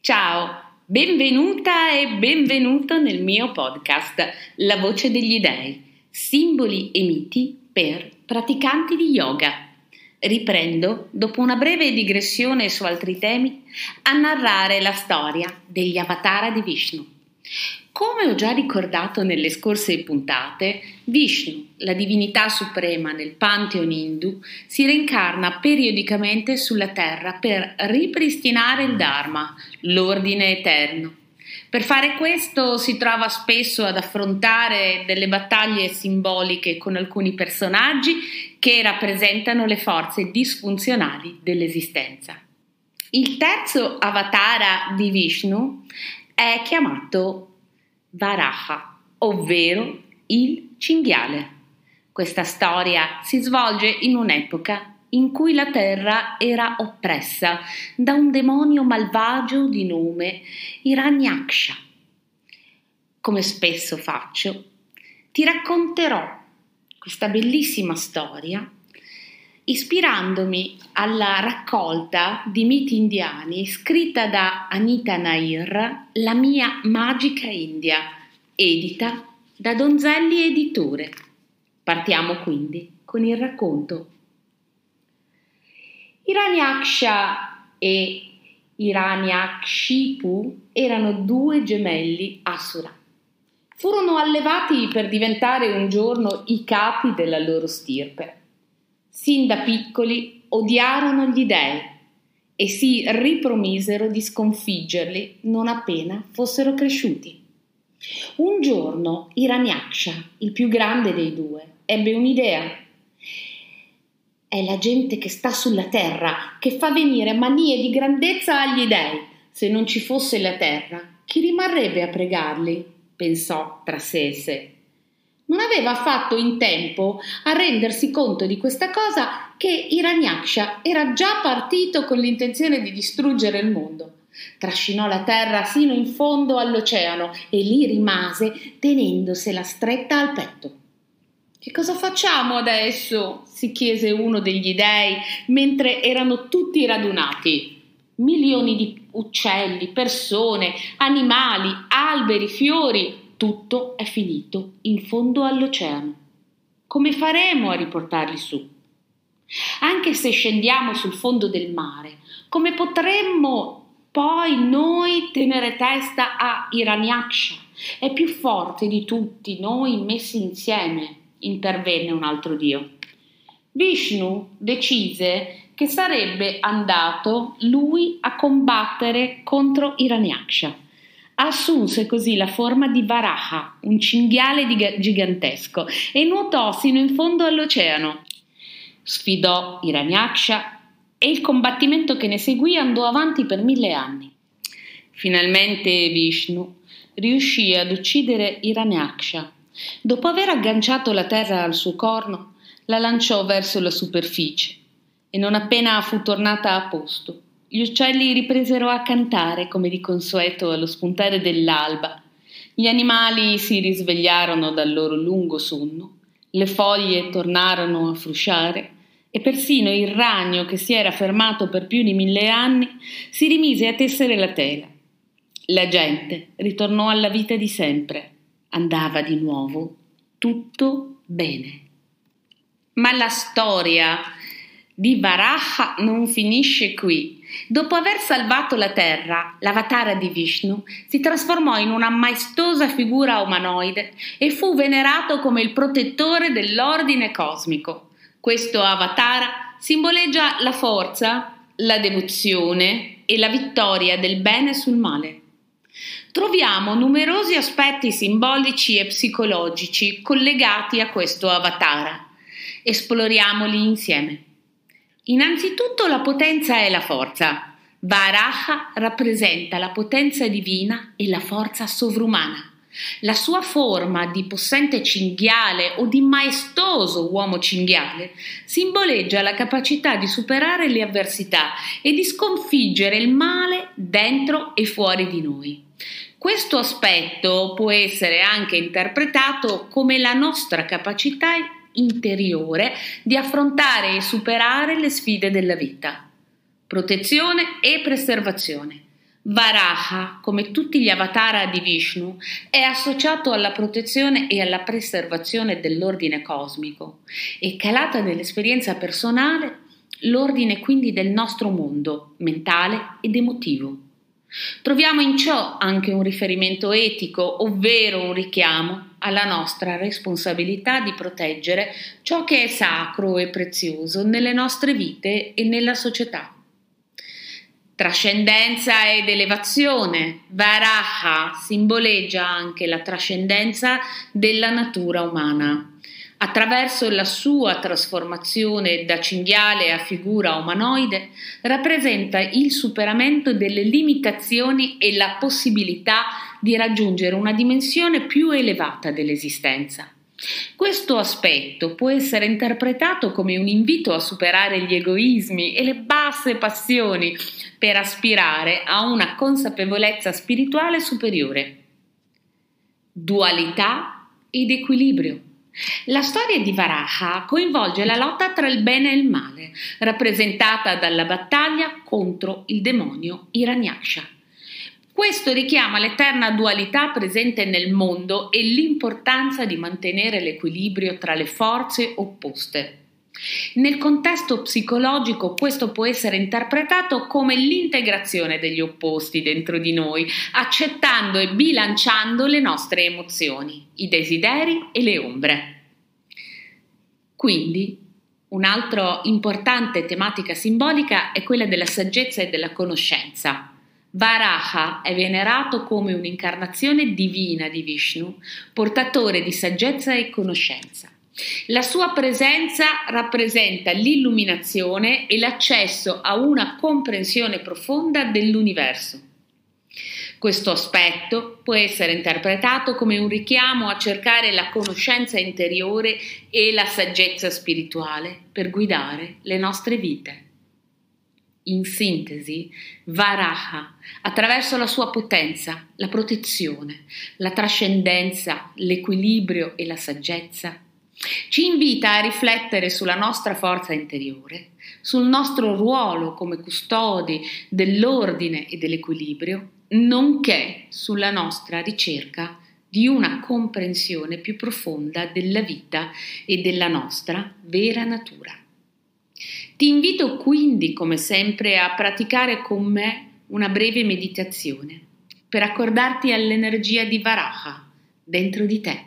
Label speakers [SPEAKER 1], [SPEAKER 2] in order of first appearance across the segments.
[SPEAKER 1] Ciao, benvenuta e benvenuto nel mio podcast La voce degli dei, simboli e miti per praticanti di yoga. Riprendo, dopo una breve digressione su altri temi, a narrare la storia degli avatara di Vishnu. Come ho già ricordato nelle scorse puntate, Vishnu, la divinità suprema nel Pantheon Hindu, si reincarna periodicamente sulla terra per ripristinare il Dharma, l'ordine eterno. Per fare questo si trova spesso ad affrontare delle battaglie simboliche con alcuni personaggi che rappresentano le forze disfunzionali dell'esistenza. Il terzo avatara di Vishnu è chiamato Varaha, ovvero il cinghiale. Questa storia si svolge in un'epoca in cui la terra era oppressa da un demonio malvagio di nome Hiranyaksha. Come spesso faccio, ti racconterò questa bellissima storia ispirandomi alla raccolta di miti indiani scritta da Anita Nair, La mia magica India, edita da Donzelli Editore. Partiamo quindi con il racconto. Hiranyaksha e Hiranyakshipu erano due gemelli asura. Furono allevati per diventare un giorno i capi della loro stirpe. Sin da piccoli odiarono gli dei e si ripromisero di sconfiggerli non appena fossero cresciuti. Un giorno Hiranyaksha, il più grande dei due, ebbe un'idea. È la gente che sta sulla terra che fa venire manie di grandezza agli dei. Se non ci fosse la terra, chi rimarrebbe a pregarli? Pensò tra sé e sé. Non aveva fatto in tempo a rendersi conto di questa cosa che Hiranyaksha era già partito con l'intenzione di distruggere il mondo. Trascinò la terra sino in fondo all'oceano e lì rimase tenendosela stretta al petto. «Che cosa facciamo adesso?» si chiese uno degli dei mentre erano tutti radunati. Milioni di uccelli, persone, animali, alberi, fiori, tutto è finito in fondo all'oceano. Come faremo a riportarli su? Anche se scendiamo sul fondo del mare, come potremmo poi noi tenere testa a Hiranyaksha? È più forte di tutti noi messi insieme, intervenne un altro dio. Vishnu decise che sarebbe andato lui a combattere contro Hiranyaksha. Assunse così la forma di Varaha, un cinghiale gigantesco, e nuotò sino in fondo all'oceano. Sfidò Hiranyaksha e il combattimento che ne seguì andò avanti per 1000 anni. Finalmente Vishnu riuscì ad uccidere Hiranyaksha. Dopo aver agganciato la terra al suo corno, la lanciò verso la superficie e non appena fu tornata a posto, gli uccelli ripresero a cantare come di consueto allo spuntare dell'alba. Gli animali si risvegliarono dal loro lungo sonno, le foglie tornarono a frusciare e persino il ragno che si era fermato per più di 1000 anni si rimise a tessere la tela. La gente ritornò alla vita di sempre. Andava di nuovo tutto bene. Ma la storia di Varaha non finisce qui. Dopo aver salvato la terra, l'avatara di Vishnu si trasformò in una maestosa figura umanoide e fu venerato come il protettore dell'ordine cosmico. Questo avatara simboleggia la forza, la devozione e la vittoria del bene sul male. Troviamo numerosi aspetti simbolici e psicologici collegati a questo avatara. Esploriamoli insieme. Innanzitutto la potenza e la forza. Varaha rappresenta la potenza divina e la forza sovrumana. La sua forma di possente cinghiale o di maestoso uomo cinghiale simboleggia la capacità di superare le avversità e di sconfiggere il male dentro e fuori di noi. Questo aspetto può essere anche interpretato come la nostra capacità interiore di affrontare e superare le sfide della vita. Protezione e preservazione. Varaha, come tutti gli avatara di Vishnu, è associato alla protezione e alla preservazione dell'ordine cosmico e calata nell'esperienza personale l'ordine quindi del nostro mondo mentale ed emotivo. Troviamo in ciò anche un riferimento etico, ovvero un richiamo alla nostra responsabilità di proteggere ciò che è sacro e prezioso nelle nostre vite e nella società. Trascendenza ed elevazione. Varaha simboleggia anche la trascendenza della natura umana. Attraverso la sua trasformazione da cinghiale a figura umanoide, rappresenta il superamento delle limitazioni e la possibilità di raggiungere una dimensione più elevata dell'esistenza. Questo aspetto può essere interpretato come un invito a superare gli egoismi e le basse passioni per aspirare a una consapevolezza spirituale superiore. Dualità ed equilibrio. La storia di Varaha coinvolge la lotta tra il bene e il male, rappresentata dalla battaglia contro il demonio Hiranyaksha. Questo richiama l'eterna dualità presente nel mondo e l'importanza di mantenere l'equilibrio tra le forze opposte. Nel contesto psicologico questo può essere interpretato come l'integrazione degli opposti dentro di noi, accettando e bilanciando le nostre emozioni, i desideri e le ombre. Quindi, un'altra importante tematica simbolica è quella della saggezza e della conoscenza. Varaha è venerato come un'incarnazione divina di Vishnu, portatore di saggezza e conoscenza. La sua presenza rappresenta l'illuminazione e l'accesso a una comprensione profonda dell'universo. Questo aspetto può essere interpretato come un richiamo a cercare la conoscenza interiore e la saggezza spirituale per guidare le nostre vite. In sintesi, Varaha, attraverso la sua potenza, la protezione, la trascendenza, l'equilibrio e la saggezza, ci invita a riflettere sulla nostra forza interiore, sul nostro ruolo come custodi dell'ordine e dell'equilibrio, nonché sulla nostra ricerca di una comprensione più profonda della vita e della nostra vera natura. Ti invito quindi, come sempre, a praticare con me una breve meditazione per accordarti all'energia di Varaha dentro di te.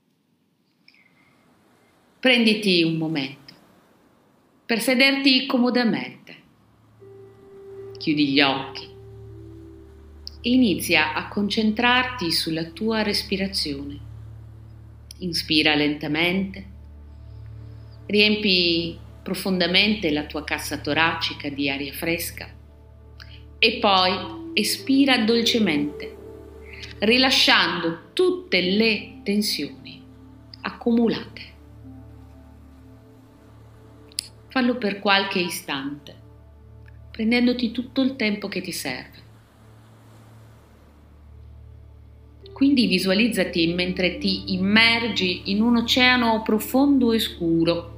[SPEAKER 1] Prenditi un momento per sederti comodamente. Chiudi gli occhi e inizia a concentrarti sulla tua respirazione. Inspira lentamente, riempi profondamente la tua cassa toracica di aria fresca e poi espira dolcemente, rilasciando tutte le tensioni accumulate. Fallo per qualche istante, prendendoti tutto il tempo che ti serve. Quindi visualizzati mentre ti immergi in un oceano profondo e scuro.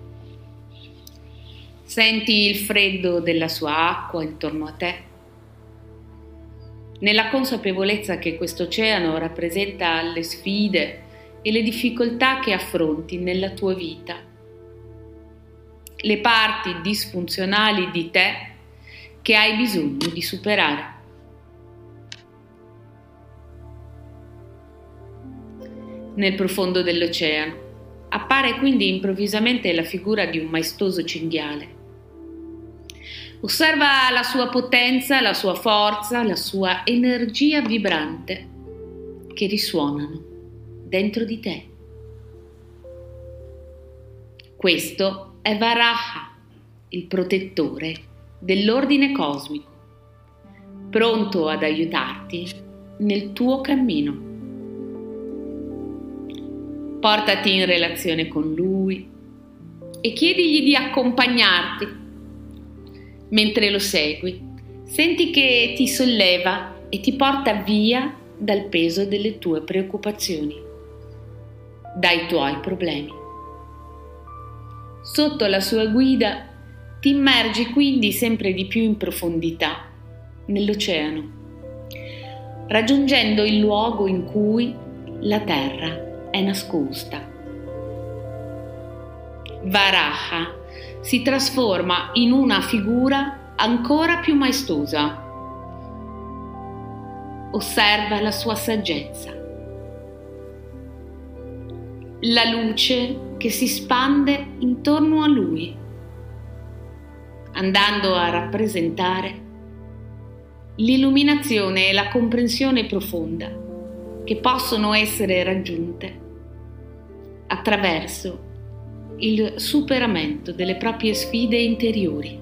[SPEAKER 1] Senti il freddo della sua acqua intorno a te, nella consapevolezza che questo oceano rappresenta le sfide e le difficoltà che affronti nella tua vita, le parti disfunzionali di te che hai bisogno di superare. Nel profondo dell'oceano appare quindi improvvisamente la figura di un maestoso cinghiale. Osserva la sua potenza, la sua forza, la sua energia vibrante che risuonano dentro di te. Questo è Varaha, il protettore dell'ordine cosmico, pronto ad aiutarti nel tuo cammino. Portati in relazione con lui e chiedigli di accompagnarti. Mentre lo segui, senti che ti solleva e ti porta via dal peso delle tue preoccupazioni, dai tuoi problemi. Sotto la sua guida ti immergi quindi sempre di più in profondità nell'oceano raggiungendo il luogo in cui la terra è nascosta. Varaha si trasforma in una figura ancora più maestosa. Osserva la sua saggezza, la luce che si spande intorno a lui, andando a rappresentare l'illuminazione e la comprensione profonda che possono essere raggiunte attraverso il superamento delle proprie sfide interiori.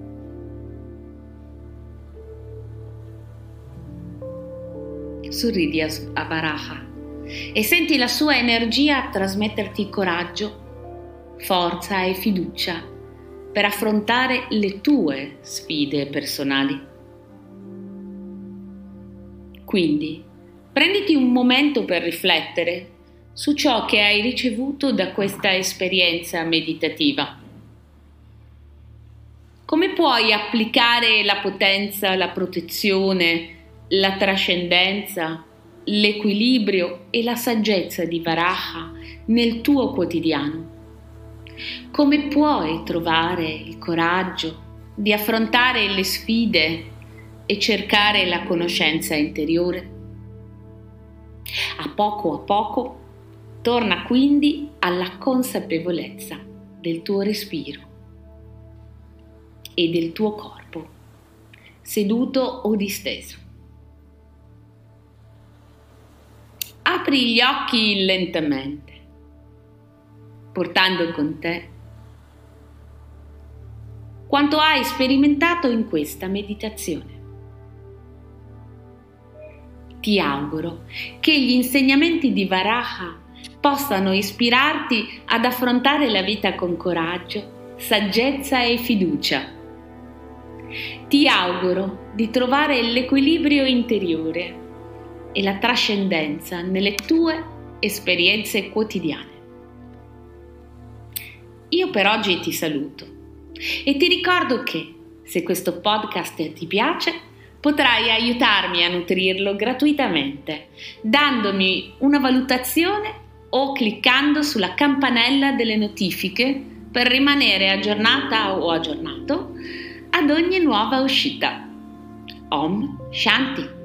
[SPEAKER 1] Sorridi a Varaha e senti la sua energia trasmetterti coraggio, forza e fiducia per affrontare le tue sfide personali. Quindi, prenditi un momento per riflettere su ciò che hai ricevuto da questa esperienza meditativa. Come puoi applicare la potenza, la protezione, la trascendenza, l'equilibrio e la saggezza di Varaha nel tuo quotidiano? Come puoi trovare il coraggio di affrontare le sfide e cercare la conoscenza interiore? A poco, torna quindi alla consapevolezza del tuo respiro e del tuo corpo, seduto o disteso. Apri gli occhi lentamente, portando con te quanto hai sperimentato in questa meditazione. Ti auguro che gli insegnamenti di Varaha possano ispirarti ad affrontare la vita con coraggio, saggezza e fiducia. Ti auguro di trovare l'equilibrio interiore e la trascendenza nelle tue esperienze quotidiane. Io per oggi ti saluto e ti ricordo che, se questo podcast ti piace, potrai aiutarmi a nutrirlo gratuitamente, dandomi una valutazione o cliccando sulla campanella delle notifiche per rimanere aggiornata o aggiornato ad ogni nuova uscita. Om Shanti.